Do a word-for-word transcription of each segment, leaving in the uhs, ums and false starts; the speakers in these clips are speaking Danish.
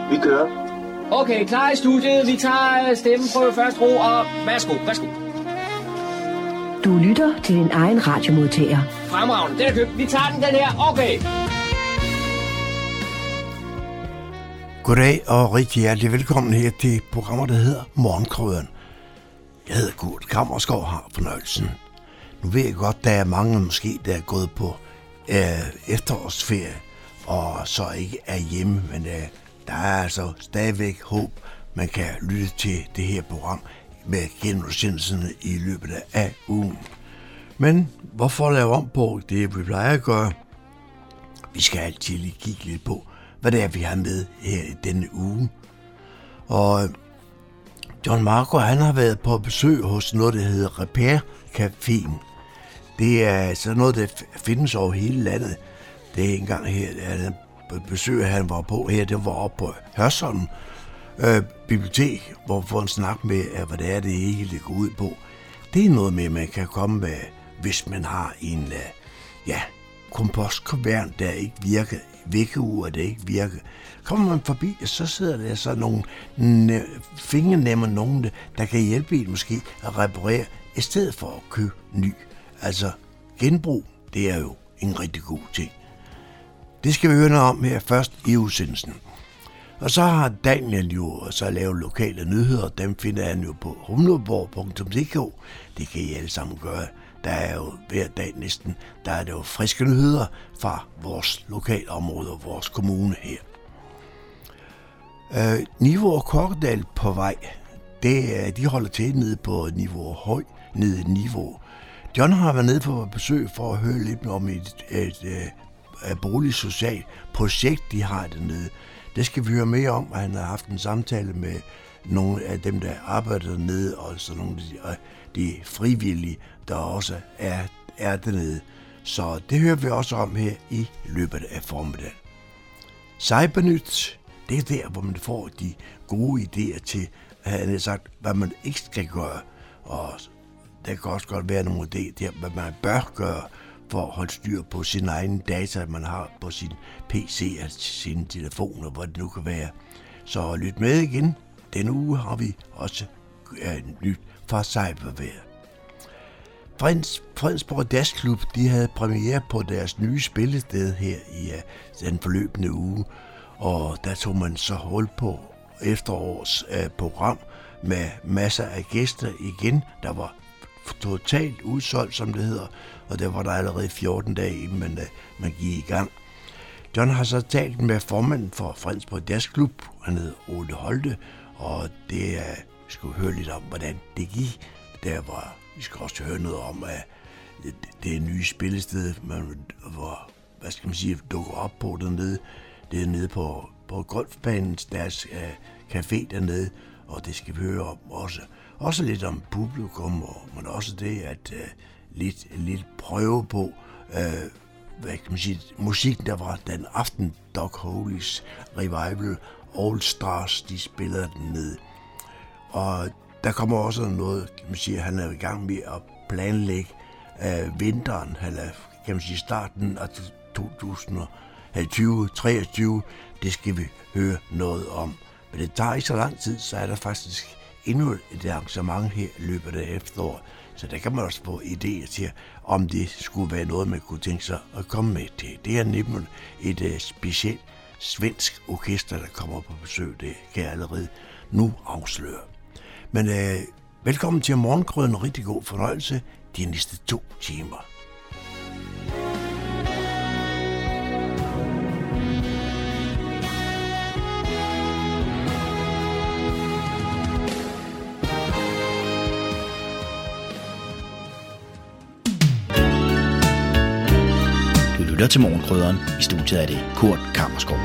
Vi kører. Okay, klar i studiet. Vi tager stemmeprøve først, ro, og værsgo, værsgo. Du lytter til din egen radiomodtager. Fremragende, den er købt. Vi tager den, den her. Okay. Goddag og rigtig hjertelig velkommen her til programmet, der hedder Morgenkrydderen. Jeg hedder Kurt Kammersgaard og har fornøjelsen. Nu ved jeg godt, der er mange måske, der er gået på øh, efterårsferie og så ikke er hjemme, men øh, der er altså stadigvæk håb, man kan lytte til det her program med genudsendelserne i løbet af ugen. Men hvorfor lave om på det, vi plejer at gøre? Vi skal altid lige kigge lidt på, hvad det er, vi har med her i denne uge. Og John Marco, han har været på besøg hos noget, der hedder Repair Caféen. Det er så noget, der findes over hele landet. Det er engang her, der besøg, han var på her, det var oppe på Hørsholm øh, Bibliotek, hvor vi får en snak med, hvad det er, det ikke går ud på. Det er noget med, man kan komme med, hvis man har en uh, ja, kompostkuvern, der ikke virker, vækkeur, der ikke virker. Kommer man forbi, så sidder der så nogle fingernemmer, nogen, der kan hjælpe en måske at reparere, i stedet for at købe ny. Altså, genbrug, det er jo en rigtig god ting. Det skal vi høre noget om her først i udsendelsen. Og så har Daniel jo så lavet lokale nyheder, dem finder han jo på humleborg punktum d k. Det kan I alle sammen gøre. Der er jo hver dag næsten, der er det jo friske nyheder fra vores lokalområde og vores kommune her. Øh, Niveau og Kokkedal på vej, det, de holder til nede på Niveau Høj, nede i Niveau. John har været nede på besøg for at høre lidt om et, et, et, et boligsocialt projekt, de har dernede. Det skal vi høre mere om, og han har haft en samtale med nogle af dem, der arbejder dernede, og så nogle af de, de frivillige, der også er, er dernede. Så det hører vi også om her i løbet af formiddagen. Cybernyt, det er der, hvor man får de gode idéer til, at han har sagt, hvad man ikke skal gøre. Og der kan også godt være nogle idéer der, hvad man bør gøre for at holde styr på sine egne data, man har på sin P C, altså sine telefoner, hvor det nu kan være. Så lyt med igen. Denne uge har vi også øh, nyt fra Cybervær. Freds, Fredensborg Jazzklub, de havde premiere på deres nye spillested her i uh, den forløbende uge, og der tog man så hul på efterårs uh, program med masser af gæster igen. Der var totalt udsolgt, som det hedder, og der var der allerede fjorten dage, inden man, uh, man gik i gang. John har så talt med formanden for Fredensborg Jazzklub, han hedder Ole Holte, og det er, uh, vi skulle høre lidt om, hvordan det gik. Der var, vi skal også høre noget om, at det, det er nye spillested, man, hvor, hvad skal man sige, dukker op på dernede. Det er nede på, på golfbanens, deres uh, café dernede, og det skal vi høre om også. Også lidt om publikum, og, men også det, at uh, lidt, lidt prøve på, uh, hvad kan man sige, musikken, der var den aften, Doc Hollies Revival, All Stars, de spillede dernede. Og der kommer også noget, kan man sige, han er i gang med at planlægge uh, vinteren, eller kan man sige starten af to tusind og tyve til treogtyve, det skal vi høre noget om. Men det tager ikke så lang tid, så er der faktisk endnu et arrangement her i løbet af efteråret. Så der kan man også få idéer til, om det skulle være noget, man kunne tænke sig at komme med til. Det er nemlig et uh, specielt svensk orkester, der kommer på besøg. Det kan jeg allerede nu afsløre. Men øh, velkommen til Morgenkrydden, og rigtig god fornøjelse de næste to timer. Du lytter til Morgenkrydderen. I studiet er det Kurt Kammersgaard.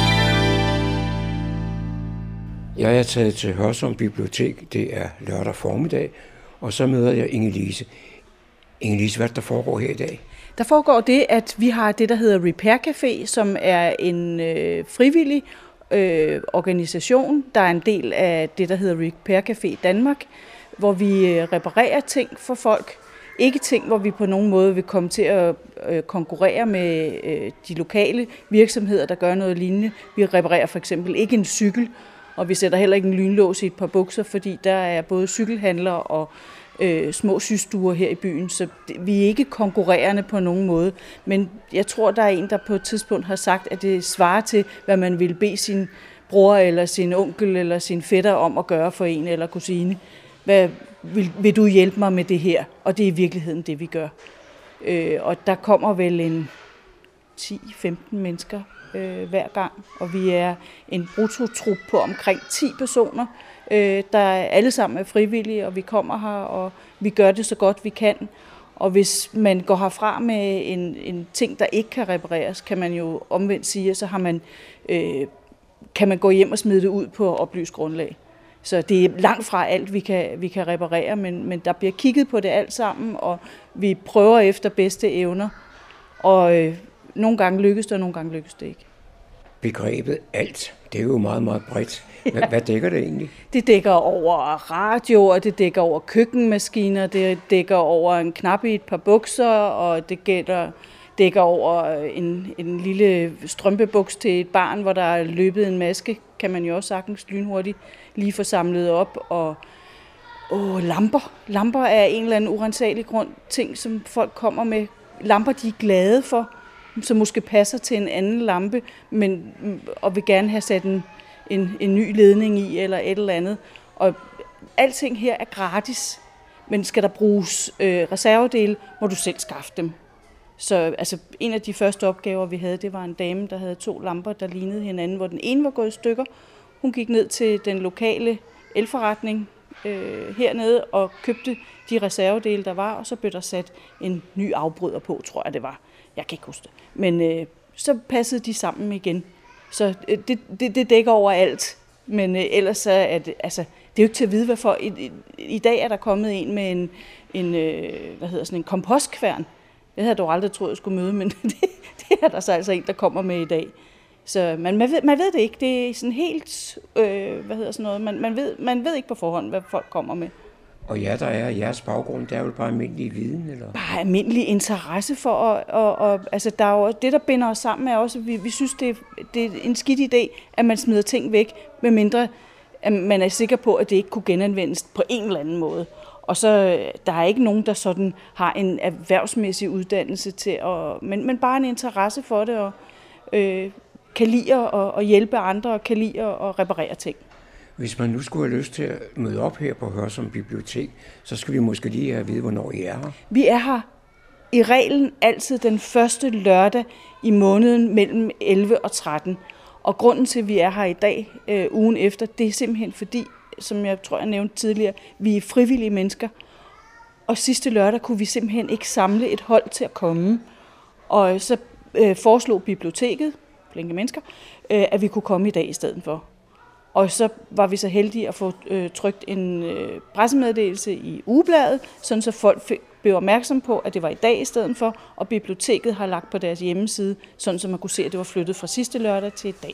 Jeg er taget til Hørsholm Bibliotek, det er lørdag formiddag, og så møder jeg Inge-Lise. Inge-Lise, hvad der foregår her i dag? Der foregår det, at vi har det, der hedder Repair Café, som er en øh, frivillig øh, organisation, der er en del af det, der hedder Repair Café Danmark, hvor vi øh, reparerer ting for folk ikke ting, hvor vi på nogen måde vil komme til at øh, konkurrere med øh, de lokale virksomheder, der gør noget lignende. Vi reparerer for eksempel ikke en cykel, og vi sætter heller ikke en lynlås i et par bukser, fordi der er både cykelhandlere og øh, små systuer her i byen, så det, vi er ikke konkurrerende på nogen måde. Men jeg tror, der er en, der på et tidspunkt har sagt, at det svarer til, hvad man ville bede sin bror eller sin onkel eller sin fætter om at gøre for en eller kusine. Hvad vil, vil du hjælpe mig med det her? Og det er i virkeligheden det, vi gør. Øh, og der kommer vel en ti til femten mennesker øh, hver gang, og vi er en brutotrup på omkring ti personer, øh, der alle sammen er frivillige, og vi kommer her, og vi gør det så godt vi kan. Og hvis man går herfra med en, en ting, der ikke kan repareres, kan man jo omvendt sige, at så har man, øh, kan man gå hjem og smide det ud på oplyst grundlag. Så det er langt fra alt, vi kan, vi kan reparere, men, men der bliver kigget på det alt sammen, og vi prøver efter bedste evner, og øh, nogle gange lykkes det, og nogle gange lykkes det ikke. Begrebet alt, det er jo meget, meget bredt. Hvad, ja. hvad dækker det egentlig? Det dækker over radio, og det dækker over køkkenmaskiner, det dækker over en knap i et par bukser, og det gælder, dækker over en, en lille strømpebuks til et barn, hvor der er løbet en maske, kan man jo også sagtens lynhurtigt lige få samlet op. Og åh, lamper. Lamper er en eller anden urensagelig grund ting, som folk kommer med. Lamper, de er glade for, som måske passer til en anden lampe, men, og vil gerne have sat en, en, en ny ledning i, eller et eller andet. Og alting her er gratis, men skal der bruges øh, reservedele, må du selv skaffe dem. Så altså, en af de første opgaver, vi havde, det var en dame, der havde to lamper, der lignede hinanden, hvor den ene var gået i stykker. Hun gik ned til den lokale elforretning øh, hernede og købte de reservedele, der var, og så blev der sat en ny afbryder på, tror jeg det var. Jeg kan ikke huske det. Men øh, så passede de sammen igen. Så øh, det, det, det dækker over alt. Men øh, ellers er det, altså, det er jo ikke til at vide, hvad for. I, i, i dag er der kommet en med en, en, øh, hvad hedder sådan en kompostkværn. Det havde jeg dog aldrig troet, jeg skulle møde, men det, det er der så altså en, der kommer med i dag. Så man, man, ved, man ved det ikke. Det er sådan helt, øh, hvad hedder sådan noget, man, man, ved, man ved ikke på forhånd, hvad folk kommer med. Og ja, der er jeres baggrund, det er jo bare almindelig viden, eller? Bare almindelig interesse for, at, og, og, altså der er jo, det der binder os sammen er også, at vi, vi synes, det er, det er en skidt idé, at man smider ting væk, medmindre at man er sikker på, at det ikke kunne genanvendes på en eller anden måde. Og så der er ikke nogen, der sådan har en erhvervsmæssig uddannelse til at, men, men bare en interesse for det, og øh, kan lide at, at hjælpe andre, og kan lide at reparere ting. Hvis man nu skulle have lyst til at møde op her på Hørsholm Bibliotek, så skal vi måske lige have at vide, hvornår I er her. Vi er her i reglen altid den første lørdag i måneden mellem elleve og tretten. Og grunden til, at vi er her i dag, øh, ugen efter, det er simpelthen fordi, som jeg tror, jeg nævnte tidligere, vi er frivillige mennesker. Og sidste lørdag kunne vi simpelthen ikke samle et hold til at komme. Og så øh, foreslog biblioteket, flinke mennesker, øh, at vi kunne komme i dag i stedet for. Og så var vi så heldige at få øh, trykt en øh, pressemeddelelse i ugebladet, sådan så folk fik, blev opmærksom på, at det var i dag i stedet for, og biblioteket har lagt på deres hjemmeside, sådan så man kunne se, at det var flyttet fra sidste lørdag til i dag.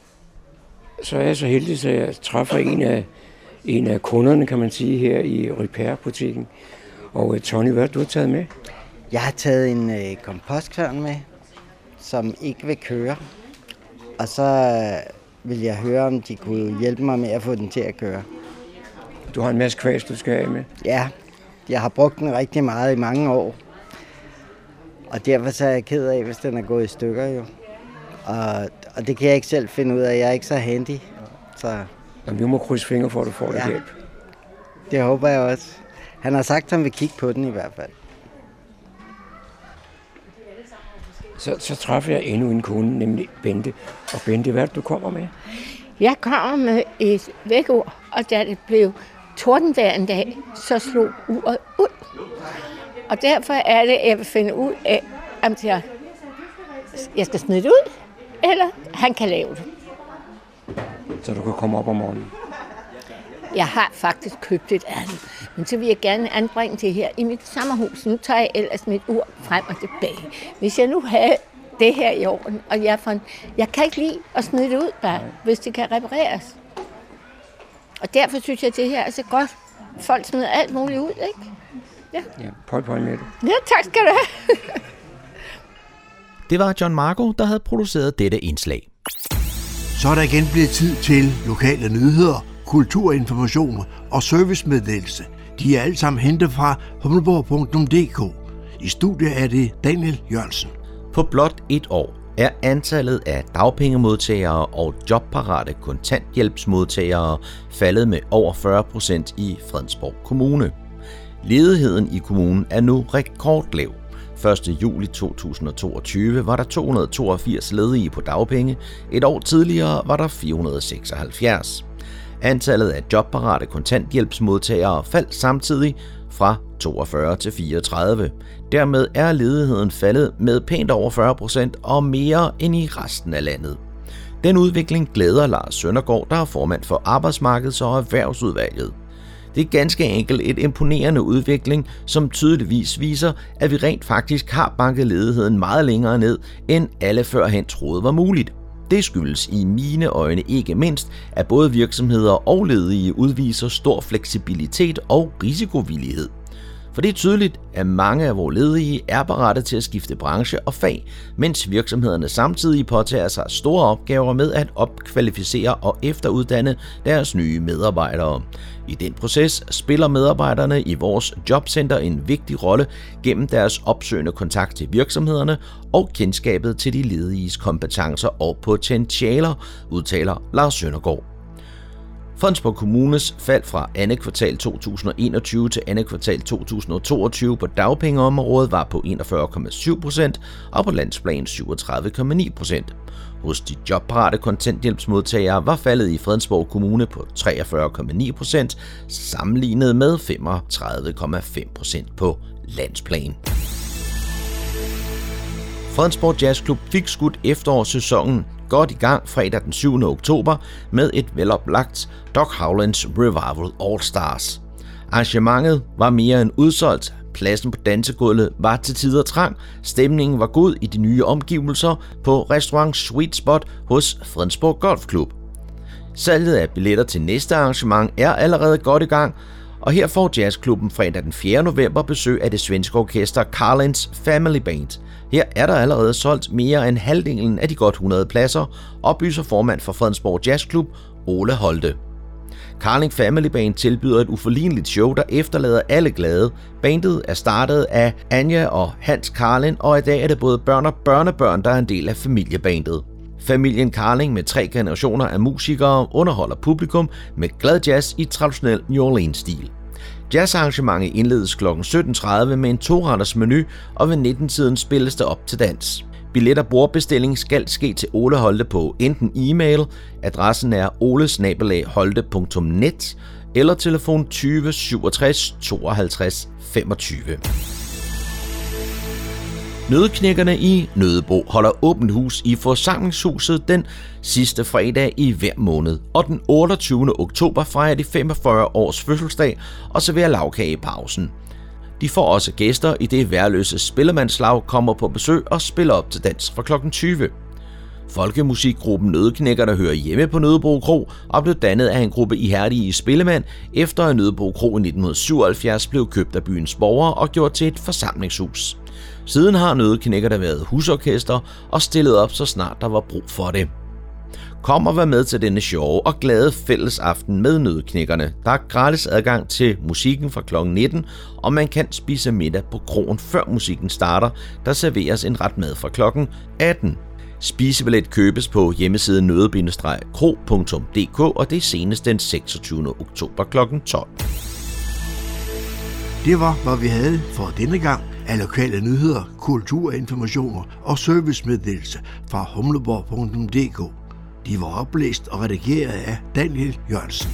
Så er jeg så heldig, at jeg træffer en af, en af kunderne, kan man sige, her i Repair-butikken. Og Tony, hvad har du taget med? Jeg har taget en øh, kompostkværn med, som ikke vil køre. Og så vil jeg høre, om de kunne hjælpe mig med at få den til at køre. Du har en masse kvæs, du skal have med? Ja, jeg har brugt den rigtig meget i mange år. Og derfor så er jeg ked af, hvis den er gået i stykker jo. Og, og det kan jeg ikke selv finde ud af. Jeg er ikke så handy. Så... Jamen, vi må krydse fingre for, at du får ja. lidt hjælp. Det håber jeg også. Han har sagt, at han vil kigge på den i hvert fald. Så, så træffer jeg endnu en kunde, nemlig Bente. Og Bente, hvad er det, du kommer med? Jeg kommer med et vækord, og da det blev tordenvejr en dag, så slog uret ud. Og derfor er det, at jeg vil finde ud af, om jeg, jeg skal smide det ud, eller han kan lave det. Så du kan komme op om morgenen? Jeg har faktisk købt et andet, men så vil jeg gerne anbringe det her i mit sommerhus. Nu tager jeg ellers mit ur frem og tilbage. Hvis jeg nu havde det her i orden, og jeg, får, jeg kan ikke lide at smide det ud bare, hvis det kan repareres. Og derfor synes jeg, at det her er så godt. Folk smider alt muligt ud, ikke? Ja. Ja, pøj, pøj med det. Ja, tak skal du have. Det var John Marco, der havde produceret dette indslag. Så er der igen blevet tid til lokale nyheder, kulturinformation og servicemeddelelse. De er alle sammen hentet fra humleborg punktum d k. I studiet er det Daniel Jørgensen. På blot et år er antallet af dagpengemodtagere og jobparate kontanthjælpsmodtagere faldet med over fyrre procent i Fredensborg Kommune. Ledigheden i kommunen er nu rekordlav. første juli to tusind og toogtyve var der to hundrede og toogfirs ledige på dagpenge. Et år tidligere var der fire hundrede og seksoghalvfjerds. Antallet af jobparate kontanthjælpsmodtagere faldt samtidig fra toogfyrre til fireogtredive. Dermed er ledigheden faldet med pænt over fyrre procent og mere end i resten af landet. Den udvikling glæder Lars Søndergaard, der er formand for Arbejdsmarkeds- og Erhvervsudvalget. Det er ganske enkelt et imponerende udvikling, som tydeligvis viser, at vi rent faktisk har banket ledigheden meget længere ned, end alle førhen troede var muligt. Det skyldes i mine øjne ikke mindst, at både virksomheder og ledige udviser stor fleksibilitet og risikovillighed. For det er tydeligt, at mange af vores ledige er parate til at skifte branche og fag, mens virksomhederne samtidig påtager sig store opgaver med at opkvalificere og efteruddanne deres nye medarbejdere. I den proces spiller medarbejderne i vores jobcenter en vigtig rolle gennem deres opsøgende kontakt til virksomhederne og kendskabet til de lediges kompetencer og potentialer, udtaler Lars Søndergaard. Fredensborg Kommunes fald fra andet kvartal to tusind og enogtyve til andet kvartal to tusind og toogtyve på dagpengeområdet var på enogfyrre komma syv procent og på landsplan syvogtredive komma ni procent. Hos de jobparate kontanthjælpsmodtagere var faldet i Fredensborg Kommune på treogfyrre komma ni procent sammenlignet med femogtredive komma fem procent på landsplan. Fredensborg Jazzklub fik skudt efterårssæsonen godt i gang fredag den syvende oktober med et veloplagt Doc Howlands Revival All Stars. Arrangementet var mere end udsolgt, pladsen på dansegulvet var til tider trang, stemningen var god i de nye omgivelser på restaurant Sweet Spot hos Fredensborg Golfklub. Salget af billetter til næste arrangement er allerede godt i gang, og her får Jazzklubben fredag den fjerde november besøg af det svenske orkester Carlins Family Band. Her er der allerede solgt mere end halvdelen af de godt hundrede pladser, oplyser formand for Fredensborg Jazzklub, Ole Holte. Carling Family Band tilbyder et uforligneligt show, der efterlader alle glade. Bandet er startet af Anja og Hans Carlin, og i dag er det både børn og børnebørn, der er en del af familiebandet. Familien Carling med tre generationer af musikere underholder publikum med glad jazz i traditionel New Orleans-stil. Jazzarrangementet indledes klokken sytten tredive med en to-retters menu, og ved nitten-tiden spilles der op til dans. Billet og bordbestilling skal ske til Ole Holte på enten e-mail, adressen er ole bindestreg holte punktum net, eller telefon tyve syvogtres tooghalvtreds femogtyve. Nøddeknækkerne i Nøddebo holder åbent hus i forsamlingshuset den sidste fredag i hver måned, og den otteogtyvende oktober fejrer de femogfyrre års fødselsdag og serverer lagkage i pausen. De får også gæster, i det værløse spillemandslag kommer på besøg og spiller op til dans fra klokken tyve. Folkemusikgruppen Nøddeknækker, der hører hjemme på Nøddebo Kro, og blev dannet af en gruppe ihærdige spillemand, efter at Nøddebo Kro i nitten syvoghalvfjerds blev købt af byens borgere og gjort til et forsamlingshus. Siden har Nøddeknækker der været husorkester og stillet op, så snart der var brug for det. Kom og vær med til denne sjove og glade fællesaften med Nøddeknækkerne. Der er gratis adgang til musikken fra klokken nitten, og man kan spise middag på kroen før musikken starter. Der serveres en ret mad fra klokken atten. Spisebillet købes på hjemmesiden nøde bindestreg kro punktum d k, og det er senest den seksogtyvende oktober klokken tolv. Det var, hvad vi havde for denne gang af lokale nyheder, kulturinformationer og servicemeddelelse fra humleborg punktum d k. De var oplæst og redigeret af Daniel Jørgensen.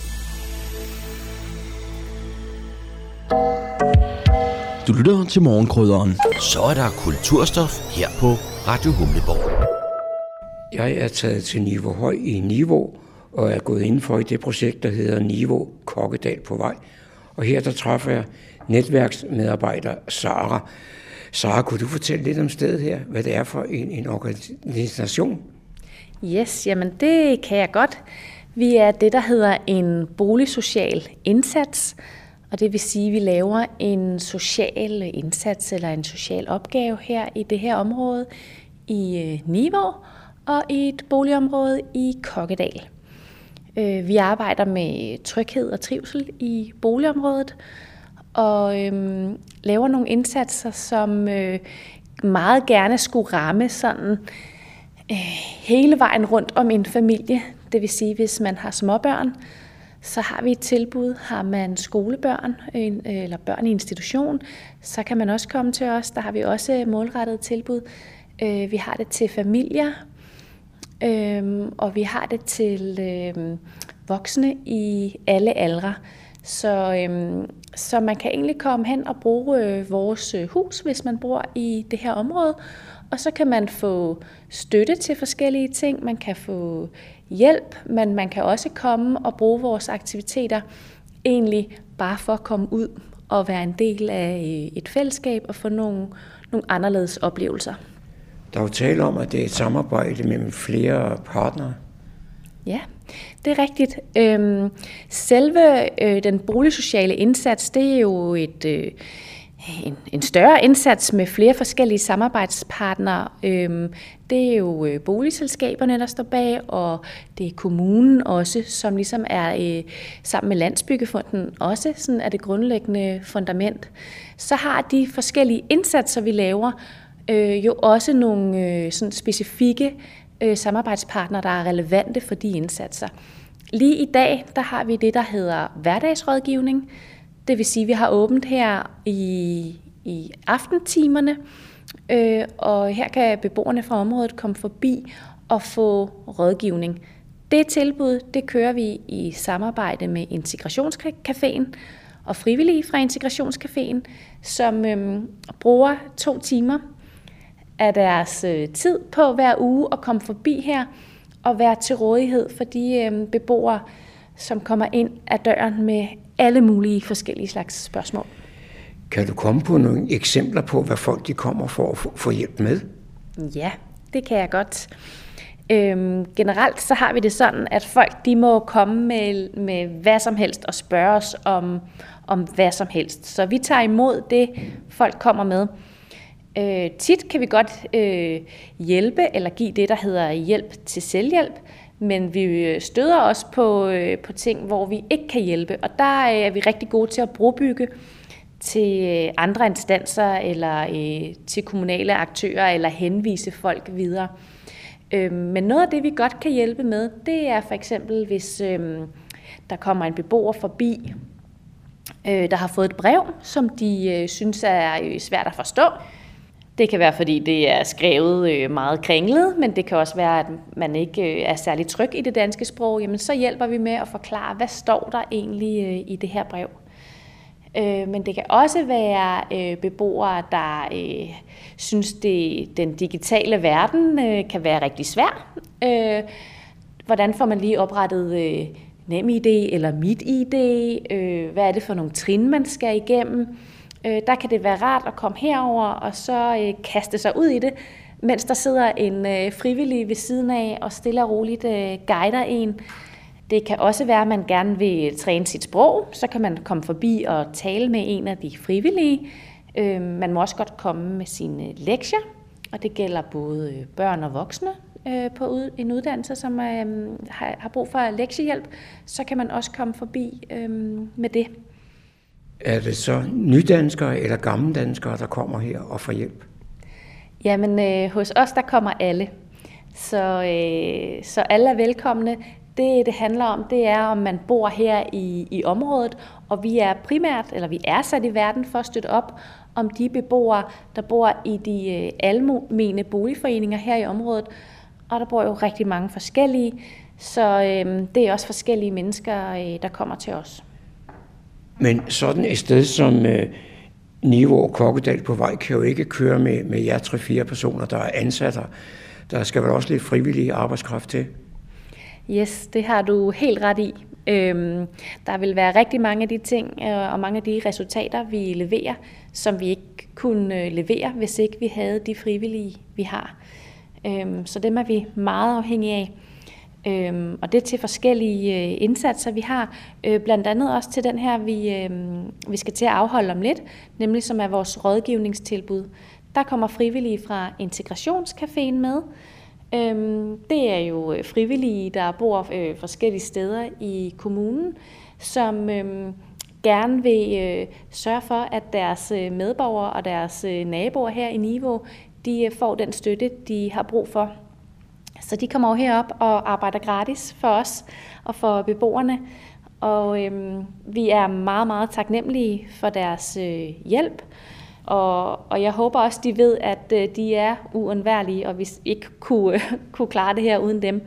Du lytter til Morgenkrydderen. Så er der kulturstof her på Radio Humleborg. Jeg er taget til Niveau Høj i Niveau og er gået inden for i det projekt, der hedder Niveau Kokkedal på vej. Og her der træffer jeg netværksmedarbejder Sara. Sara, kunne du fortælle lidt om stedet her, hvad det er for en, en organisation? Yes, jamen det kan jeg godt. Vi er det, der hedder en boligsocial indsats, Og det vil sige, at vi laver en social indsats eller en social opgave her i det her område i Nivå og i et boligområde i Kokkedal. Vi arbejder med tryghed og trivsel i boligområdet og øhm, laver nogle indsatser, som øh, meget gerne skulle ramme sådan øh, hele vejen rundt om en familie. Det vil sige, hvis man har småbørn, så har vi et tilbud. Har man skolebørn eller børn i institution, så kan man også komme til os. Der har vi også målrettet tilbud. Vi har det til familier, og vi har det til voksne i alle aldre. Så, så man kan egentlig komme hen og bruge vores hus, hvis man bor i det her område. Og så kan man få støtte til forskellige ting. Man kan få hjælp, men man kan også komme og bruge vores aktiviteter egentlig bare for at komme ud og være en del af et fællesskab og få nogle, nogle anderledes oplevelser. Der er jo tale om, at det er et samarbejde mellem flere partnere. Ja, det er rigtigt. Øhm, selve øh, den boligsociale indsats, det er jo et... Øh, En, en større indsats med flere forskellige samarbejdspartnere. Øhm, det er jo øh, boligselskaberne, der står bag, og det er kommunen også, som ligesom er øh, sammen med Landsbyggefonden også sådan er det grundlæggende fundament. Så har de forskellige indsatser, vi laver, øh, jo også nogle øh, sådan specifikke øh, samarbejdspartnere, der er relevante for de indsatser. Lige i dag, der har vi det, der hedder hverdagsrådgivning. Det vil sige, at vi har åbent her i, i aftentimerne, øh, og her kan beboerne fra området komme forbi og få rådgivning. Det tilbud, det kører vi i samarbejde med Integrationscaféen og frivillige fra Integrationscaféen, som øh, bruger to timer af deres øh, tid på hver uge at komme forbi her og være til rådighed for de øh, beboere, som kommer ind ad døren med alle mulige forskellige slags spørgsmål. Kan du komme på nogle eksempler på, hvad folk de kommer for at få hjælp med? Ja, det kan jeg godt. Øhm, generelt så har vi det sådan, at folk de må komme med, med hvad som helst og spørge os om, om hvad som helst. Så vi tager imod det, folk kommer med. Øh, tit kan vi godt øh, hjælpe eller give det, der hedder hjælp til selvhjælp. Men vi støder også på, på ting, hvor vi ikke kan hjælpe. Og der er vi rigtig gode til at brobygge til andre instanser eller øh, til kommunale aktører eller henvise folk videre. Øh, men noget af det, vi godt kan hjælpe med, det er for eksempel, hvis øh, der kommer en beboer forbi, øh, der har fået et brev, som de øh, synes er øh, svært at forstå. Det kan være, fordi det er skrevet meget kringlet, men det kan også være, at man ikke er særlig tryg i det danske sprog. Jamen, så hjælper vi med at forklare, hvad står der egentlig i det her brev. Men det kan også være beboere, der synes, at den digitale verden kan være rigtig svær. Hvordan får man lige oprettet NemID eller MitID? Hvad er det for nogle trin, man skal igennem? Der kan det være rart at komme herover og så øh, kaste sig ud i det, mens der sidder en øh, frivillig ved siden af og stille og roligt øh, guider en. Det kan også være, at man gerne vil træne sit sprog, så kan man komme forbi og tale med en af de frivillige. Øh, man må også godt komme med sine lektier, og det gælder både børn og voksne øh, på ud, en uddannelse, som øh, har, har brug for lektiehjælp. Så kan man også komme forbi øh, med det. Er det så nydanskere eller gammeldanskere, der kommer her og får hjælp? Jamen, øh, hos os, der kommer alle. Så, øh, så alle er velkomne. Det, det handler om, det er, om man bor her i, i området, og vi er primært, eller vi er sat i verden for at støtte op om de beboere, der bor i de øh, almene boligforeninger her i området. Og der bor jo rigtig mange forskellige, så øh, det er også forskellige mennesker, øh, der kommer til os. Men sådan et sted som øh, Nivå og Kokkedal på vej kan jo ikke køre med, med jer tre-fire personer, der er ansat. Der skal vel også lidt frivillig arbejdskraft til? Yes, det har du helt ret i. Øhm, der vil være rigtig mange af de ting øh, og mange af de resultater, vi leverer, som vi ikke kunne øh, levere, hvis ikke vi havde de frivillige, vi har. Øhm, så dem er vi meget afhængige af. Øhm, og det er til forskellige øh, indsatser, vi har. Øh, blandt andet også til den her, vi, øh, vi skal til at afholde om lidt, nemlig som er vores rådgivningstilbud. Der kommer frivillige fra Integrationscaféen med. Øhm, det er jo frivillige, der bor øh, forskellige steder i kommunen, som øh, gerne vil øh, sørge for, at deres øh, medborgere og deres øh, naboer her i Nivå, de øh, får den støtte, de har brug for. Så de kommer over herop og arbejder gratis for os og for beboerne. Og øhm, vi er meget, meget taknemmelige for deres øh, hjælp. Og, og jeg håber også, de ved, at øh, de er uundværlige, og vi ikke kunne, øh, kunne klare det her uden dem.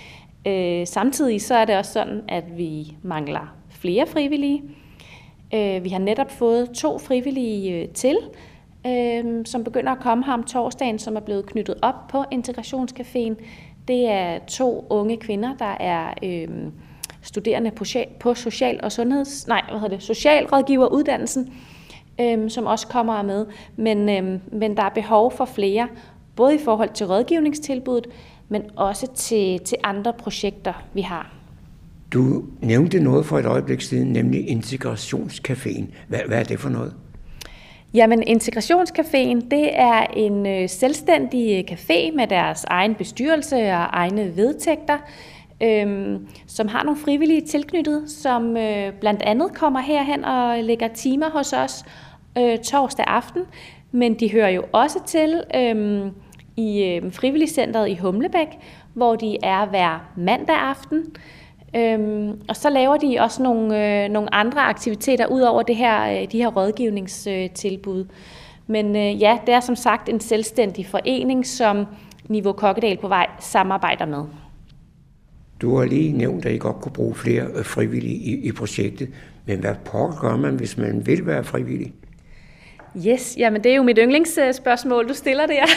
Øh, samtidig så er det også sådan, at vi mangler flere frivillige. Øh, vi har netop fået to frivillige øh, til, øh, som begynder at komme her om torsdagen, som er blevet knyttet op på Integrationscaféen. Det er to unge kvinder, der er øh, studerende på, på social- og sundheds, nej, hvad hedder det, socialrådgiveruddannelsen, øh, som også kommer med. Men, øh, men der er behov for flere, både i forhold til rådgivningstilbuddet, men også til, til andre projekter, vi har. Du nævnte noget for et øjeblik siden, nemlig Integrationscaféen. Hvad, hvad er det for noget? Jamen, Integrationscaféen, det er en øh, selvstændig café med deres egen bestyrelse og egne vedtægter, øh, som har nogle frivillige tilknyttet, som øh, blandt andet kommer herhen og lægger timer hos os øh, torsdag aften. Men de hører jo også til øh, i øh, frivilligcentret i Humlebæk, hvor de er hver mandag aften. Øhm, og så laver de også nogle, øh, nogle andre aktiviteter ud over det her, øh, de her rådgivningstilbud. Men øh, ja, det er som sagt en selvstændig forening, som Nivå Kokkedal på Vej samarbejder med. Du har lige nævnt, at I godt kunne bruge flere frivillige i, i projektet. Men hvad pokker gør man, hvis man vil være frivillig? Yes, jamen det er jo mit yndlingsspørgsmål, du stiller der.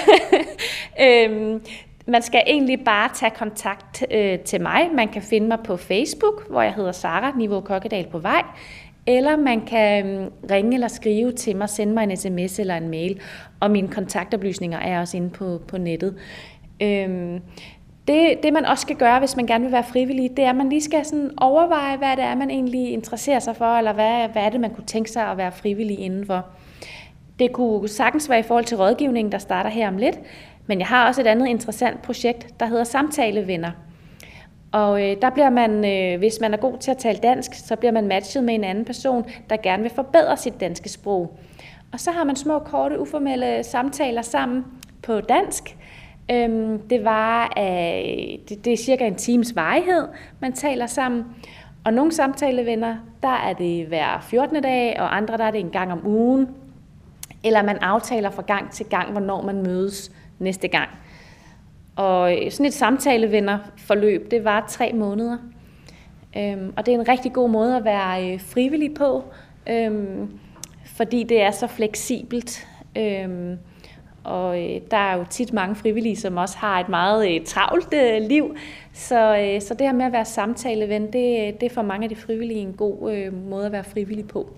øhm, Man skal egentlig bare tage kontakt øh, til mig. Man kan finde mig på Facebook, hvor jeg hedder Sara, Nivå Kokkedal på Vej. Eller man kan øh, ringe eller skrive til mig, sende mig en sms eller en mail. Og mine kontaktoplysninger er også inde på, på nettet. Øhm, det, det man også skal gøre, hvis man gerne vil være frivillig, det er, at man lige skal sådan overveje, hvad det er, man egentlig interesserer sig for, eller hvad, hvad er det, man kunne tænke sig at være frivillig indenfor. Det kunne sagtens være i forhold til rådgivningen, der starter her om lidt. Men jeg har også et andet interessant projekt, der hedder Samtalevenner. Og øh, der bliver man, øh, hvis man er god til at tale dansk, så bliver man matchet med en anden person, der gerne vil forbedre sit danske sprog. Og så har man små, korte, uformelle samtaler sammen på dansk. Øhm, det, var, øh, det, det er cirka en times varighed, man taler sammen. Og nogle samtalevenner, der er det hver fjortende dag, og andre der er det en gang om ugen. Eller man aftaler fra gang til gang, hvornår man mødes næste gang. Og sådan et samtalevennerforløb, det var tre måneder. Øhm, og det er en rigtig god måde at være øh, frivillig på, øhm, fordi det er så fleksibelt. Øhm, og øh, der er jo tit mange frivillige, som også har et meget øh, travlt øh, liv. Så, øh, så det her med at være samtaleven, det, det er for mange af de frivillige en god øh, måde at være frivillig på.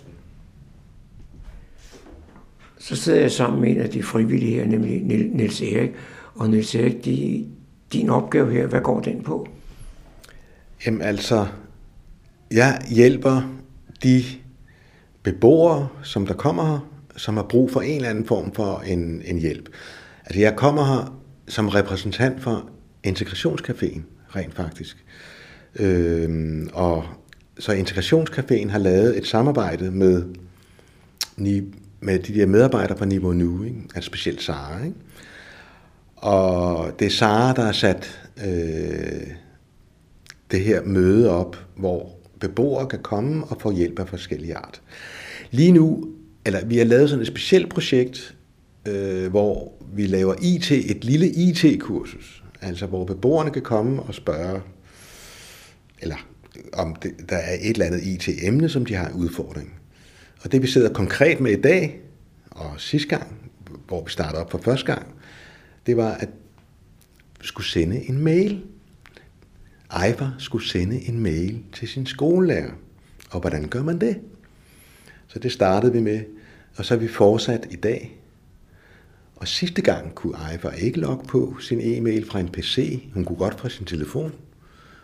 Så sidder jeg sammen med en af de frivillige her, nemlig Niels Erik. Og Niels Erik, de, din opgave her, hvad går den på? Jamen altså, jeg hjælper de beboere, som der kommer her, som har brug for en eller anden form for en, en hjælp. Altså jeg kommer her som repræsentant for Integrationscaféen, rent faktisk. Øhm, og så Integrationscaféen har lavet et samarbejde med med de der medarbejdere fra Niveau Nu, ikke? Altså specielt Sara. Ikke? Og det er Sara, der har sat øh, det her møde op, hvor beboere kan komme og få hjælp af forskellige art. Lige nu, eller vi har lavet sådan et specielt projekt, øh, hvor vi laver I T, et lille I T-kursus, altså hvor beboerne kan komme og spørge, eller om det, der er et eller andet I T-emne, som de har en udfordring. Og det vi sidder konkret med i dag, og sidste gang, hvor vi startede op for første gang, det var, at vi skulle sende en mail. Ejvar skulle sende en mail til sin skolelærer. Og hvordan gør man det? Så det startede vi med, og så har vi fortsat i dag. Og sidste gang kunne Ejvar ikke logge på sin e-mail fra en P C. Hun kunne godt fra sin telefon.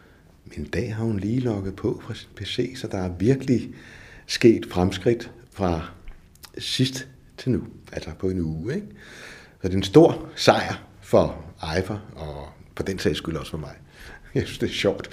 Men i dag har hun lige logget på fra sin P C, så der er virkelig sket fremskridt fra sidst til nu, altså på en uge. Ikke? Så det er en stor sejr for Eifer, og på den sags skyld også for mig. Jeg synes, det er sjovt.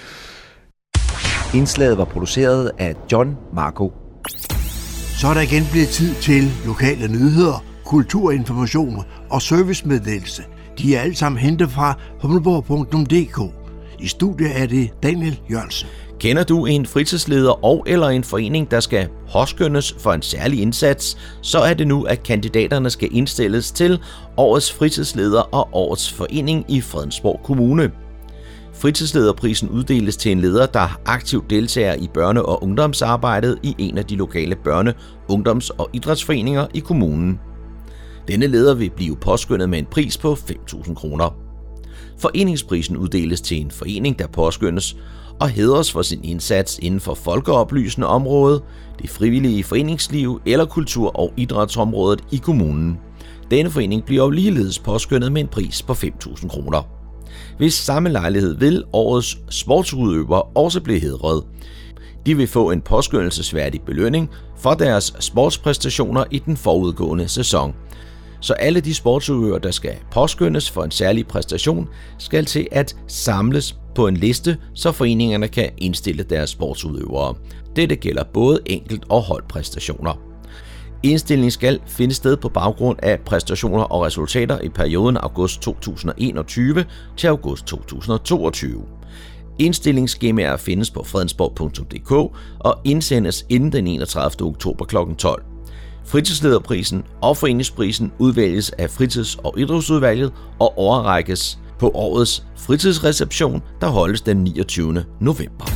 Indslaget var produceret af John Marco. Så er der igen blevet tid til lokale nyheder, kulturinformation og servicemeddelelse. De er alle sammen hentet fra humleborg punktum d k. I studiet er det Daniel Jørgensen. Kender du en fritidsleder og eller en forening, der skal påskønnes for en særlig indsats, så er det nu, at kandidaterne skal indstilles til Årets Fritidsleder og Årets Forening i Fredensborg Kommune. Fritidslederprisen uddeles til en leder, der aktivt deltager i børne- og ungdomsarbejdet i en af de lokale børne-, ungdoms- og idrætsforeninger i kommunen. Denne leder vil blive påskønnet med en pris på fem tusind kroner. Foreningsprisen uddeles til en forening, der påskønnes og hædres for sin indsats inden for folkeoplysende område, det frivillige foreningsliv eller kultur- og idrætsområdet i kommunen. Denne forening bliver jo ligeledes påskønnet med en pris på fem tusind kroner. Ved samme lejlighed vil årets sportsudøver også blive hædret. De vil få en påskønnelsesværdig belønning for deres sportspræstationer i den forudgående sæson. Så alle de sportsudøvere, der skal påskønnes for en særlig præstation, skal til at samles på en liste, så foreningerne kan indstille deres sportsudøvere. Dette gælder både enkelt- og holdpræstationer. Indstillingen skal finde sted på baggrund af præstationer og resultater i perioden august to tusind og enogtyve til august to tusind og toogtyve. Indstillingsskemaer findes på fredensborg punktum d k og indsendes inden den enogtredivte oktober klokken tolv. Fritidslederprisen og foreningsprisen udvælges af fritids- og idrætsudvalget og overrækkes på årets fritidsreception, der holdes den niogtyvende november.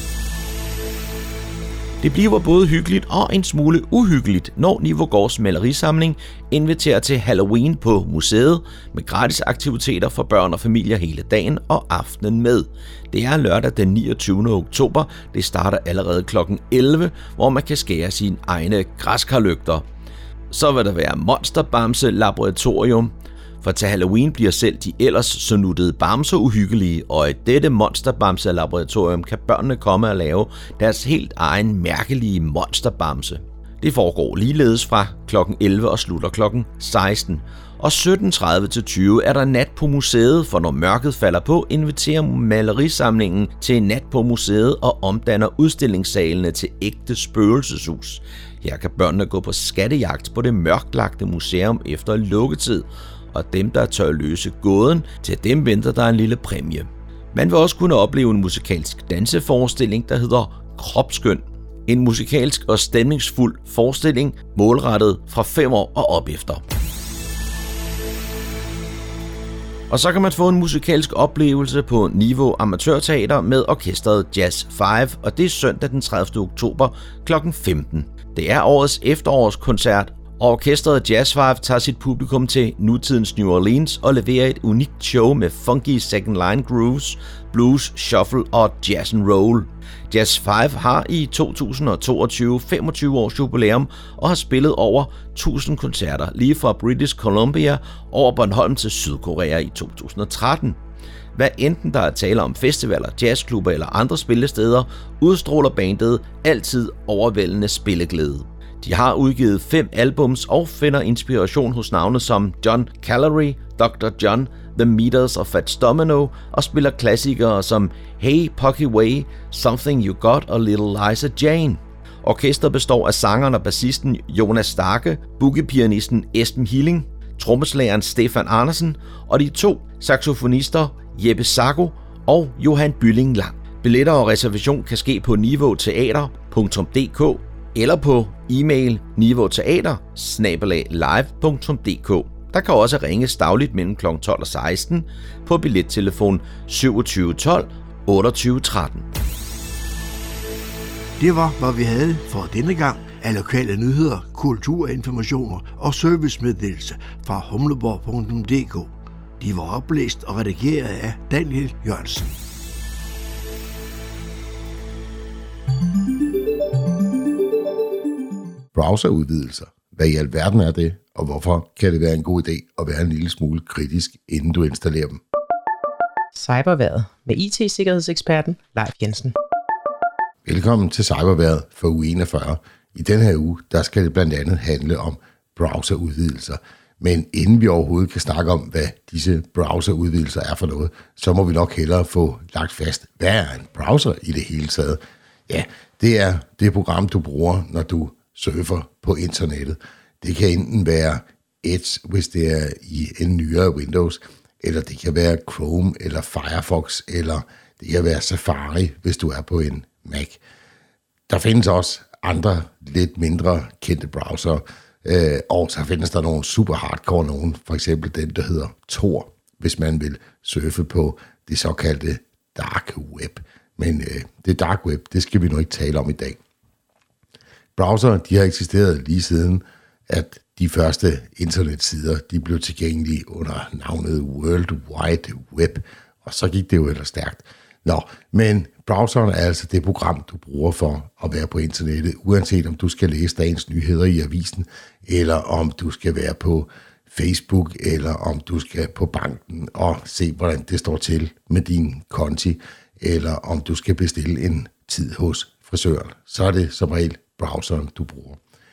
Det bliver både hyggeligt og en smule uhyggeligt, når Nivogårds malerisamling inviterer til Halloween på museet med gratis aktiviteter for børn og familier hele dagen og aftenen med. Det er lørdag den niogtyvende oktober. Det starter allerede klokken elleve, hvor man kan skære sine egne græskarlygter. Så vil der være Monsterbamse Laboratorium. For til Halloween bliver selv de ellers så nuttede bamser uhyggelige, og i dette Monsterbamse Laboratorium kan børnene komme og lave deres helt egen mærkelige monsterbamse. Det foregår ligeledes fra klokken elleve og slutter klokken seksten. Og sytten tredive til tyve er der nat på museet, for når mørket falder på, inviterer malerisamlingen til en nat på museet og omdanner udstillingssalene til ægte spøgelseshus. Her kan børnene gå på skattejagt på det mørklagte museum efter lukketid, og dem, der tør løse gåden, til dem venter der en lille præmie. Man vil også kunne opleve en musikalsk danseforestilling, der hedder Kropskøn. En musikalsk og stemningsfuld forestilling, målrettet fra fem år og op efter. Og så kan man få en musikalsk oplevelse på Niveau Amatørteater med orkestret Jazz fem, og det er søndag den tredivte oktober klokken femten. Det er årets efterårskoncert, og orkestret Jazz fem tager sit publikum til nutidens New Orleans og leverer et unikt show med funky second line grooves, blues, shuffle og jazz and roll. Jazz fem har i to tusind og toogtyve femogtyve års jubilæum og har spillet over tusind koncerter lige fra British Columbia over Bornholm til Sydkorea i to tusind og tretten. Hvad enten der er tale om festivaler, jazzklubber eller andre spillesteder, udstråler bandet altid overvældende spilleglæde. De har udgivet fem albums og finder inspiration hos navne som John Callery, doktor John, The Meters of Fats Domino og spiller klassikere som Hey Pucky Way, Something You Got og Little Liza Jane. Orkestret består af sangeren og bassisten Jonas Starke, boogie-pianisten Esben Hilling, trommeslageren Stefan Andersen og de to saxofonister Jeppe Sacco og Johan Bylling Lang. Billetter og reservation kan ske på niveauteater punktum d k eller på e-mail niveauteater bindestreg live punktum d k. Der kan også ringes dagligt mellem klokken tolv og seksten på billettelefon syvogtyve tolv otteogtyve tretten. Det var, hvad vi havde for denne gang af lokale nyheder, kulturinformationer og servicemeddelelse fra humleborg punktum d k. De var oplæst og redigeret af Daniel Jørgensen. Browserudvidelser. Hvad i alverden er det, og hvorfor kan det være en god idé at være en lille smule kritisk, inden du installerer dem? Cyberværet med I T-sikkerhedseksperten Leif Jensen. Velkommen til Cyberværet for uge enogfyrre. I den her uge, der skal det blandt andet handle om browserudvidelser. Men inden vi overhovedet kan snakke om, hvad disse browserudvidelser er for noget, så må vi nok hellere få lagt fast, hvad er en browser i det hele taget? Ja, det er det program, du bruger, når du surfer på internettet. Det kan enten være Edge, hvis det er i en nyere Windows, eller det kan være Chrome eller Firefox, eller det kan være Safari, hvis du er på en Mac. Der findes også andre lidt mindre kendte browser, øh, og så findes der nogle super hardcore nogen, for eksempel den, der hedder Tor, hvis man vil surfe på det såkaldte dark web. Men øh, det dark web, det skal vi nu ikke tale om i dag. Browser, de har eksisteret lige siden, at de første internetsider, de blev tilgængelige under navnet World Wide Web, og så gik det jo ellers stærkt. Nå, men browseren er altså det program, du bruger for at være på internettet, uanset om du skal læse dagens nyheder i avisen, eller om du skal være på Facebook, eller om du skal på banken og se, hvordan det står til med din konti, eller om du skal bestille en tid hos frisøren. Så er det som regel browseren, du bruger.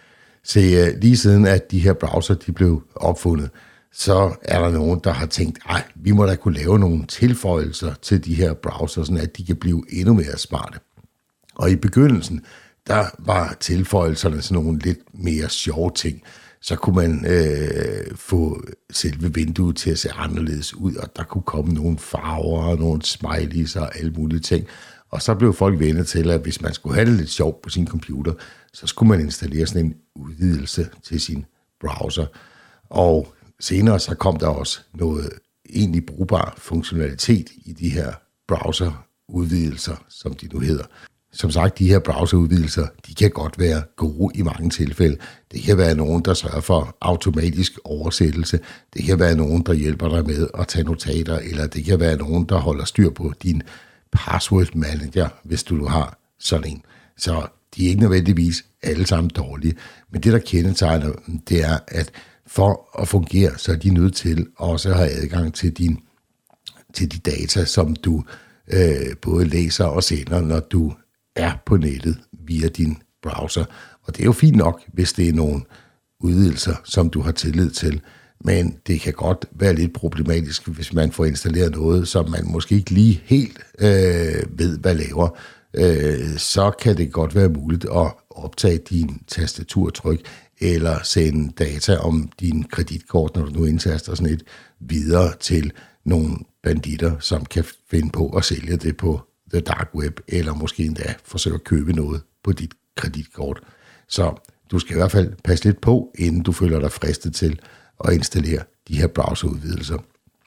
Se, lige siden at de her browser de blev opfundet, så er der nogen, der har tænkt, ej, vi må da kunne lave nogle tilføjelser til de her browser, sådan at de kan blive endnu mere smarte. Og i begyndelsen, der var tilføjelserne sådan nogle lidt mere sjove ting. Så kunne man øh, få selve vinduet til at se anderledes ud, og der kunne komme nogle farver og nogle smileys og alle mulige ting. Og så blev folk vendt til, at hvis man skulle have det lidt sjovt på sin computer, så skulle man installere sådan en udvidelse til sin browser. Og senere så kom der også noget egentlig brugbar funktionalitet i de her browserudvidelser, som de nu hedder. Som sagt, de her browserudvidelser, de kan godt være gode i mange tilfælde. Det kan være nogen, der sørger for automatisk oversættelse. Det kan være nogen, der hjælper dig med at tage notater, eller det kan være nogen, der holder styr på din password manager, hvis du nu har sådan en. Så de er ikke nødvendigvis alle sammen dårlige. Men det, der kendetegner dem, det er, at for at fungere, så er de nødt til også at have adgang til, din, til de data, som du øh, både læser og sender, når du er på nettet via din browser. Og det er jo fint nok, hvis det er nogle udvidelser, som du har tillid til. Men det kan godt være lidt problematisk, hvis man får installeret noget, som man måske ikke lige helt øh, ved, hvad laver. Øh, så kan det godt være muligt at optage din tastaturtryk, eller sende data om din kreditkort, når du nu indtaster sådan et, videre til nogle banditter, som kan finde på at sælge det på the dark web, eller måske endda forsøge at købe noget på dit kreditkort. Så du skal i hvert fald passe lidt på, inden du føler dig fristet til at installere de her browserudvidelser.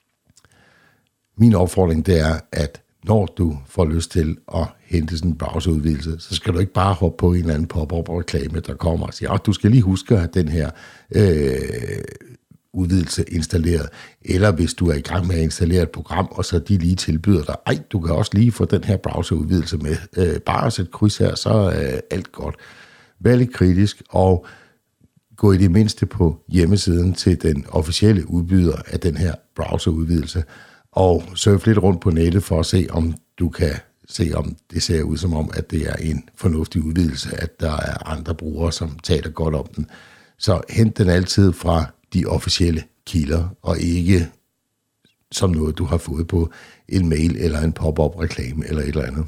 Min opfordring det er, at når du får lyst til at hente sådan en browserudvidelse, så skal du ikke bare hoppe på en eller anden pop-up-reklame, der kommer og siger, at du skal lige huske at have den her øh, udvidelse installeret. Eller hvis du er i gang med at installere et program, og så de lige tilbyder dig, ej, du kan også lige få den her browserudvidelse med. Øh, bare at sætte kryds her, så er alt godt. Vær lidt kritisk, og gå i det mindste på hjemmesiden til den officielle udbyder af den her browserudvidelse, og surf lidt rundt på nettet for at se, om du kan se, om det ser ud som om, at det er en fornuftig udvidelse, at der er andre brugere, som taler godt om den. Så hent den altid fra de officielle kilder, og ikke som noget, du har fået på en mail eller en pop-up-reklame eller et eller andet.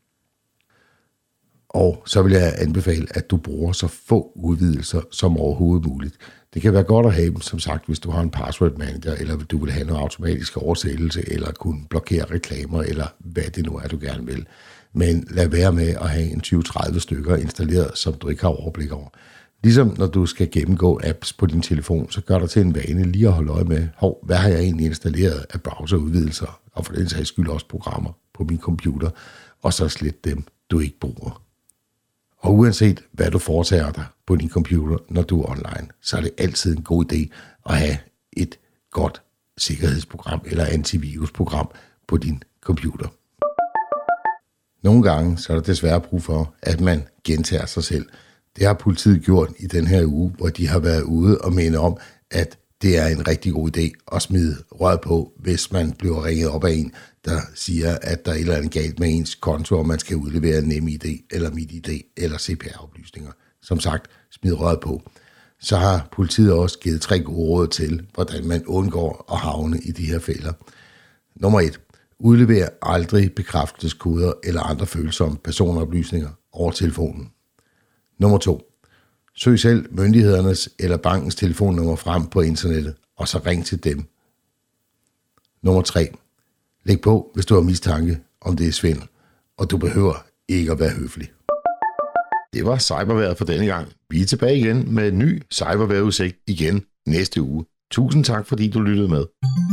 Og så vil jeg anbefale, at du bruger så få udvidelser som overhovedet muligt. Det kan være godt at have dem, som sagt, hvis du har en password manager, eller du vil have noget automatisk oversættelse, eller kunne blokere reklamer, eller hvad det nu er, du gerne vil. Men lad være med at have en tyve til tredive stykker installeret, som du ikke har overblik over. Ligesom når du skal gennemgå apps på din telefon, så gør dig til en vane lige at holde øje med, hov, hvad har jeg egentlig installeret af browserudvidelser, og for den sags skyld også programmer på min computer, og så slet dem, du ikke bruger. Og uanset hvad du foretager dig på din computer, når du er online, så er det altid en god idé at have et godt sikkerhedsprogram eller antivirusprogram på din computer. Nogle gange så er der desværre brug for, at man gentager sig selv. Det har politiet gjort i den her uge, hvor de har været ude og minde om, at det er en rigtig god idé at smide røret på, hvis man bliver ringet op af en, der siger, at der er et eller andet galt med ens konto, og man skal udlevere NemID eller MitID eller C P R-oplysninger. Som sagt, smid røret på. Så har politiet også givet tre gode råd til, hvordan man undgår at havne i de her fælder. Nummer et. Udlever aldrig bekræftelseskoder eller andre følsomme personoplysninger over telefonen. Nummer to. Søg selv myndighedernes eller bankens telefonnummer frem på internettet, og så ring til dem. Nummer tre. Læg på, hvis du har mistanke, om det er svindel, og du behøver ikke at være høflig. Det var cyberværet for denne gang. Vi er tilbage igen med en ny cyberværetudsigt igen næste uge. Tusind tak, fordi du lyttede med.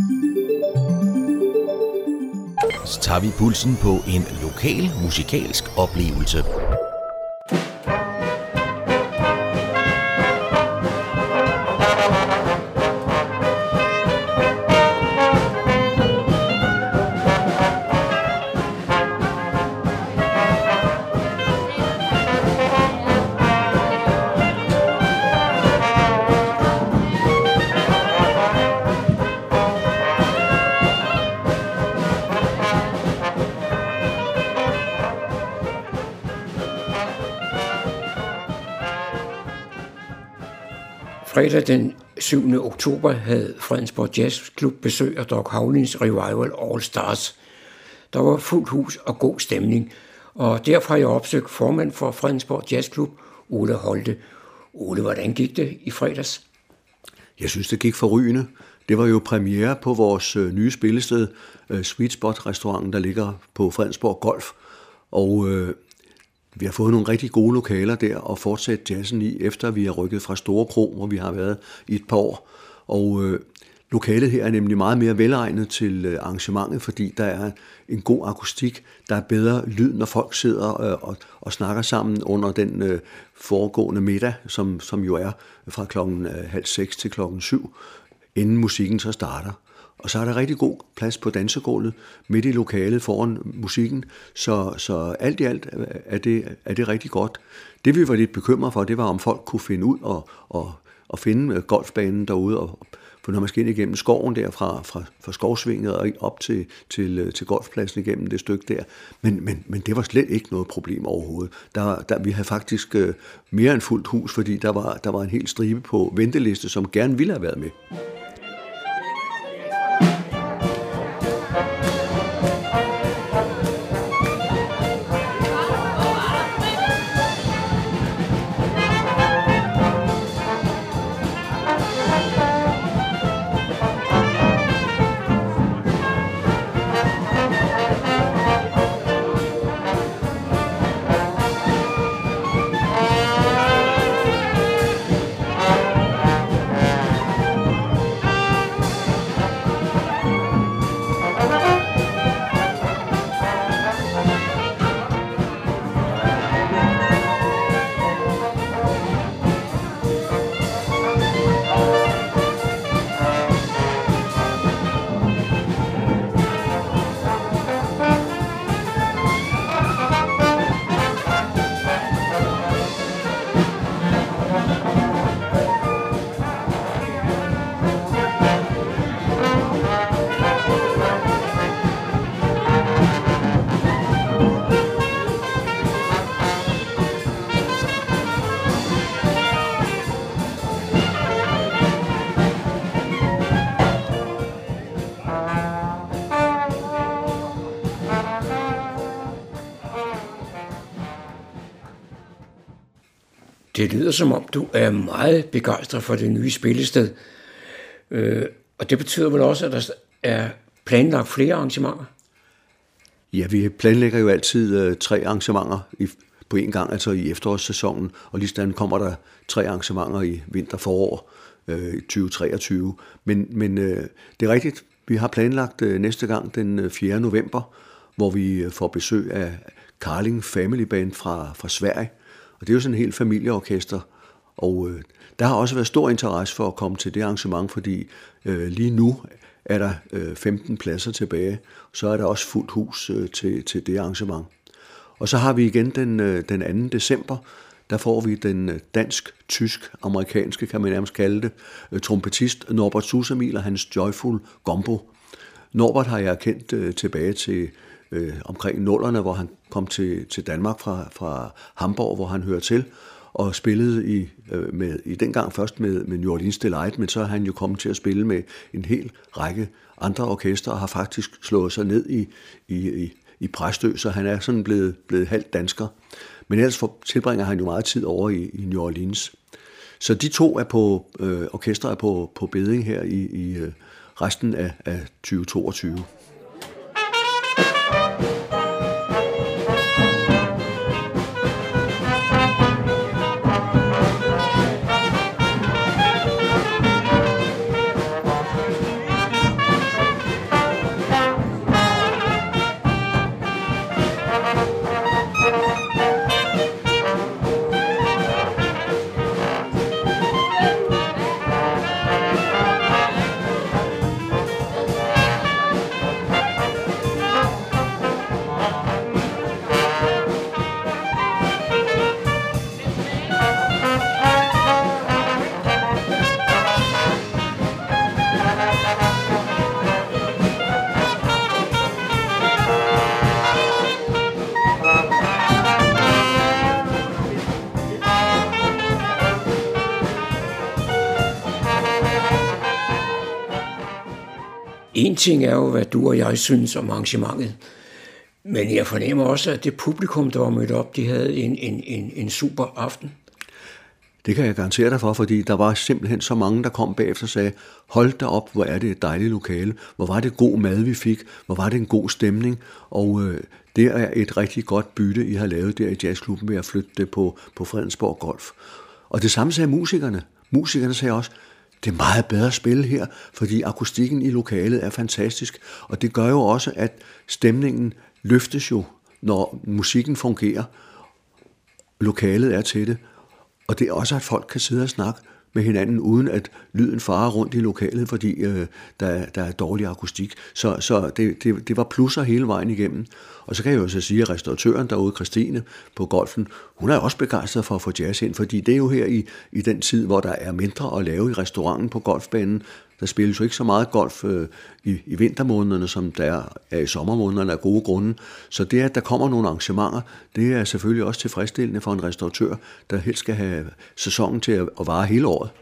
Så tager vi pulsen på en lokal musikalsk oplevelse. Fredag den syvende oktober havde Fredensborg Jazzklub besøg af Doc Havlins Revival All Stars. Der var fuldt hus og god stemning, og derfor har jeg opsøgt formand for Fredensborg Jazzklub, Ole Holte. Ole, hvordan gik det i fredags? Jeg synes, det gik forrygende. Det var jo premiere på vores øh, nye spillested, øh, Sweet Spot-restauranten, der ligger på Fredensborg Golf. Og øh, vi har fået nogle rigtig gode lokaler der og fortsat jazzen i, efter vi har rykket fra Store Kro, hvor vi har været i et par år. Og øh, lokalet her er nemlig meget mere velegnet til øh, arrangementet, fordi der er en god akustik, der er bedre lyd, når folk sidder øh, og, og snakker sammen under den øh, foregående middag, som, som jo er fra klokken øh, halv seks til klokken syv, inden musikken så starter. Og så er der rigtig god plads på dansegulvet midt i lokalet foran musikken, så, så alt i alt er det, er det rigtig godt. Det vi var lidt bekymret for, det var om folk kunne finde ud og, og, og finde golfbanen derude, og, for når man skal ind igennem skoven der fra, fra, fra skovsvinget og op til, til, til golfpladsen igennem det stykke der. Men, men, men det var slet ikke noget problem overhovedet. Der, der, vi havde faktisk uh, mere end fuldt hus, fordi der var, der var en hel stribe på venteliste, som gerne ville have været med. Det lyder som om, du er meget begejstret for det nye spillested. Øh, og det betyder vel også, at der er planlagt flere arrangementer? Ja, vi planlægger jo altid øh, tre arrangementer i, på en gang, altså i efterårssæsonen. Og lige sådan kommer der tre arrangementer i vinter-forår øh, tyve treogtyve. Men, men øh, det er rigtigt, vi har planlagt øh, næste gang den fjerde november, hvor vi får besøg af Carling Family Band fra, fra Sverige. Og det er jo sådan en helt familieorkester, og øh, der har også været stor interesse for at komme til det arrangement, fordi øh, lige nu er der øh, femten pladser tilbage, så er der også fuldt hus øh, til, til det arrangement. Og så har vi igen den, øh, den anden december, der får vi den dansk-tysk-amerikanske, kan man nærmest kalde det, trompetist Norbert Susamil og hans Joyful Gumbo. Norbert har jeg kendt øh, tilbage til øh, omkring nullerne, hvor han kom til, til Danmark fra, fra Hamburg, hvor han hører til, og spillede i, øh, med, i dengang først med, med New Orleans Delight, men så er han jo kommet til at spille med en hel række andre orkestre, og har faktisk slået sig ned i, i, i, i Præstø, så han er sådan blevet, blevet halvt dansker. Men ellers for, tilbringer han jo meget tid over i, i New Orleans. Så de to er på, øh, orkestre er på, på beding her i, i øh, resten af, af tyve toogtyve. En ting er jo, hvad du og jeg synes om arrangementet, men jeg fornemmer også, at det publikum, der var mødt op, de havde en, en, en, en super aften. Det kan jeg garantere dig for, fordi der var simpelthen så mange, der kom bagefter og sagde, hold da op, hvor er det et dejligt lokale, hvor var det god mad, vi fik, hvor var det en god stemning, og øh, det er et rigtig godt bytte, I har lavet der i jazzklubben ved at flytte det på, på Fredensborg Golf. Og det samme sagde musikerne. Musikerne sagde også, det er meget bedre at spille her, fordi akustikken i lokalet er fantastisk, og det gør jo også, at stemningen løftes jo, når musikken fungerer. Lokalet er til det, og det er også, at folk kan sidde og snakke med hinanden, uden at lyden farer rundt i lokalet, fordi øh, der, der er dårlig akustik. Så, så det, det, det var plusser hele vejen igennem. Og så kan jeg jo så sige, at restauratøren derude, Christine på Golfen, hun er også begejstret for at få jazz ind, fordi det er jo her i, i den tid, hvor der er mindre at lave i restauranten på golfbanen. Der spilles jo ikke så meget golf øh, i, i vintermånederne, som der er i sommermånederne af gode grunde. Så det, at der kommer nogle arrangementer, det er selvfølgelig også tilfredsstillende for en restauratør, der helst skal have sæsonen til at, at vare hele året.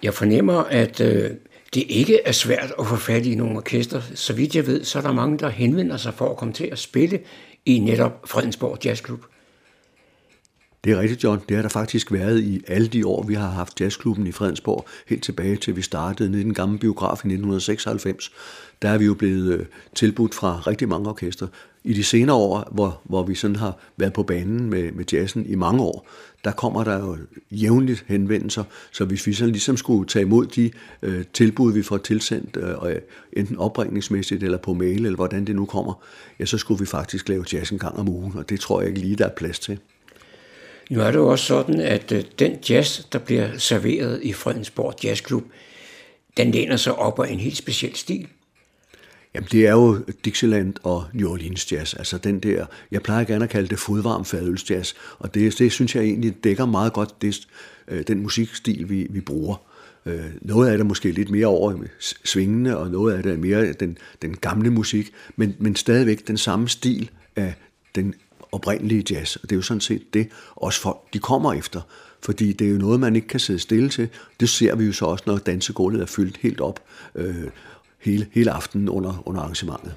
Jeg fornemmer, at øh, det ikke er svært at få fat i nogle orkester. Så vidt jeg ved, så er der mange, der henvender sig for at komme til at spille i netop Fredensborg Jazzklub. Det er rigtigt, John. Det har der faktisk været i alle de år, vi har haft jazzklubben i Fredensborg, helt tilbage til vi startede nede i den gamle biograf i nitten seksoghalvfems. Der er vi jo blevet tilbudt fra rigtig mange orkester. I de senere år, hvor, hvor vi sådan har været på banen med, med jazzen i mange år, der kommer der jo jævnligt henvendelser, så hvis vi så ligesom skulle tage imod de øh, tilbud, vi får tilsendt, øh, enten opringningsmæssigt eller på mail, eller hvordan det nu kommer, ja, så skulle vi faktisk lave jazz en gang om ugen, og det tror jeg ikke lige, der er plads til. Nu er det jo også sådan, at øh, den jazz, der bliver serveret i Fredensborg Jazzklub, den læner sig op af en helt speciel stil. Jamen, det er jo Dixieland og New Orleans jazz, altså den der, jeg plejer gerne at kalde det fodvarm fadølsjazz, og det, det synes jeg egentlig dækker meget godt det, den musikstil, vi, vi bruger. Noget af det måske lidt mere over svingende, og noget af det er mere den, den gamle musik, men, men stadigvæk den samme stil af den oprindelige jazz, og det er jo sådan set det, også folk de kommer efter, fordi det er jo noget, man ikke kan sidde stille til. Det ser vi jo så også, når dansegulvet er fyldt helt op, øh, hele, hele aftenen under, under arrangementet.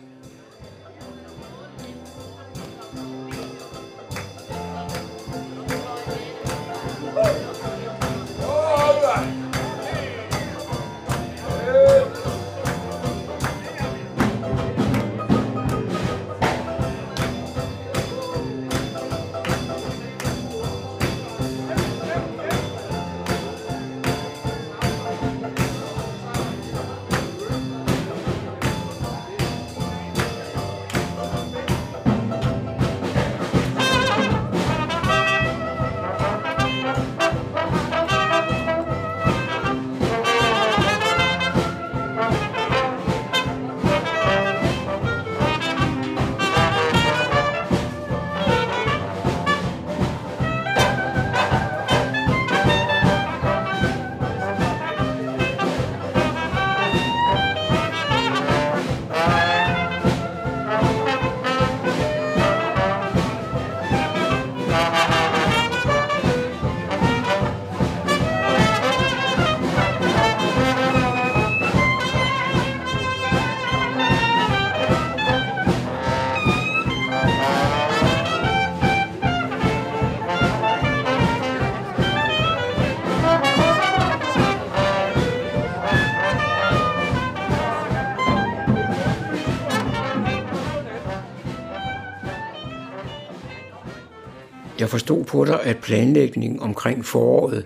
Jeg forstod på dig, at planlægningen omkring foråret,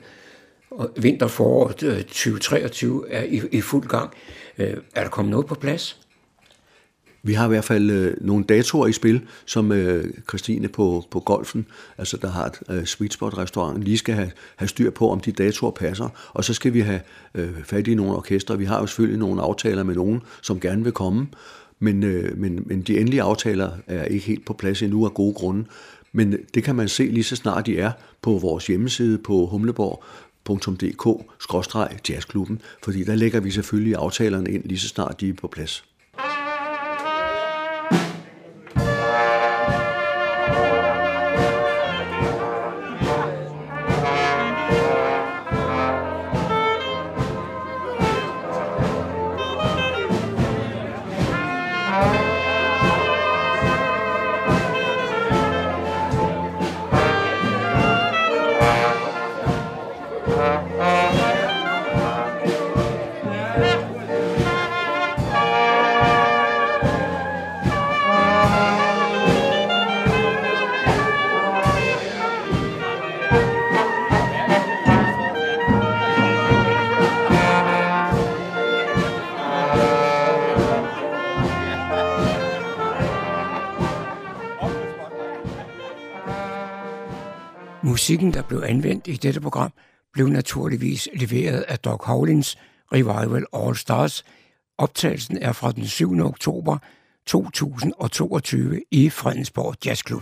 vinterforåret tyve treogtyve er i, i fuld gang. Er der kommet noget på plads? Vi har i hvert fald øh, nogle datoer i spil, som øh, Christine på, på Golfen, altså der har et øh, Sweet Spot restaurant, lige skal have, have styr på, om de datoer passer. Og så skal vi have øh, fat i nogle orkester. Vi har jo selvfølgelig nogle aftaler med nogen, som gerne vil komme, men, øh, men, men de endelige aftaler er ikke helt på plads endnu af gode grunde. Men det kan man se lige så snart de er på vores hjemmeside på humleborg punktum d k skråstreg jazzklubben, fordi der lægger vi selvfølgelig aftalerne ind lige så snart de er på plads. Musikken, der blev anvendt i dette program, blev naturligvis leveret af Doug Howlins Revival All Stars. Optagelsen er fra den syvende oktober to tusind og toogtyve i Fredensborg Jazzklub.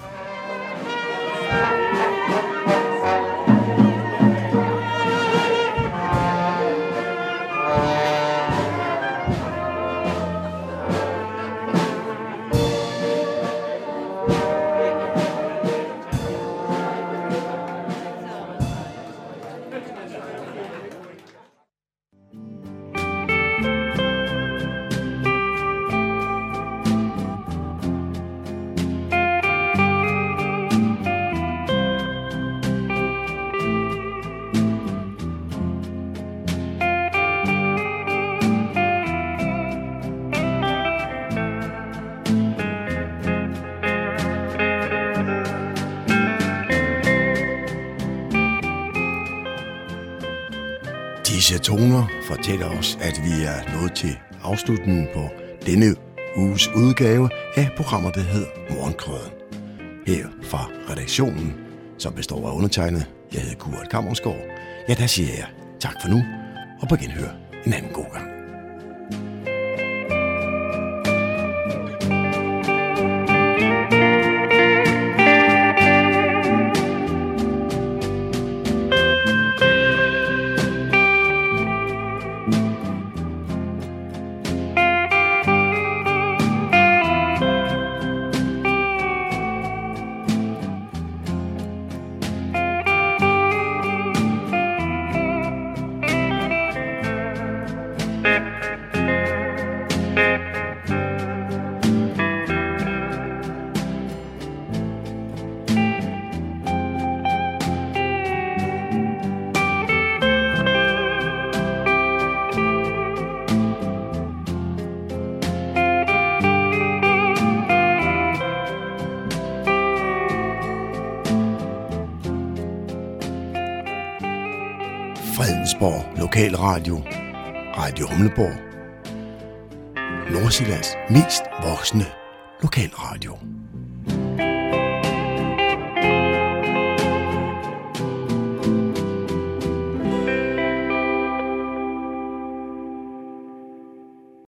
Disse toner fortæller os, at vi er nået til afslutningen på denne uges udgave af programmet, der hedder Morgenkrøden. Her fra redaktionen, som består af undertegnet, jeg hedder Kurt Kammersgaard. Ja, der siger jeg tak for nu, og på genhør en anden god gang. Fredensborg Lokalradio, Radio Humleborg, Nordsjællands mest voksne lokalradio.